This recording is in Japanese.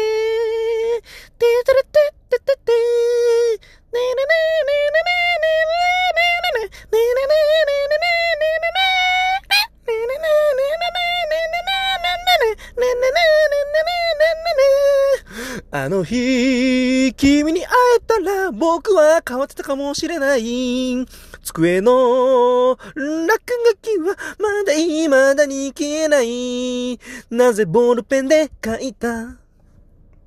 あの日、君に会えたら僕は変わってたかもしれない。机の落書きはまだ未だに消えない。なぜボールペンで書いた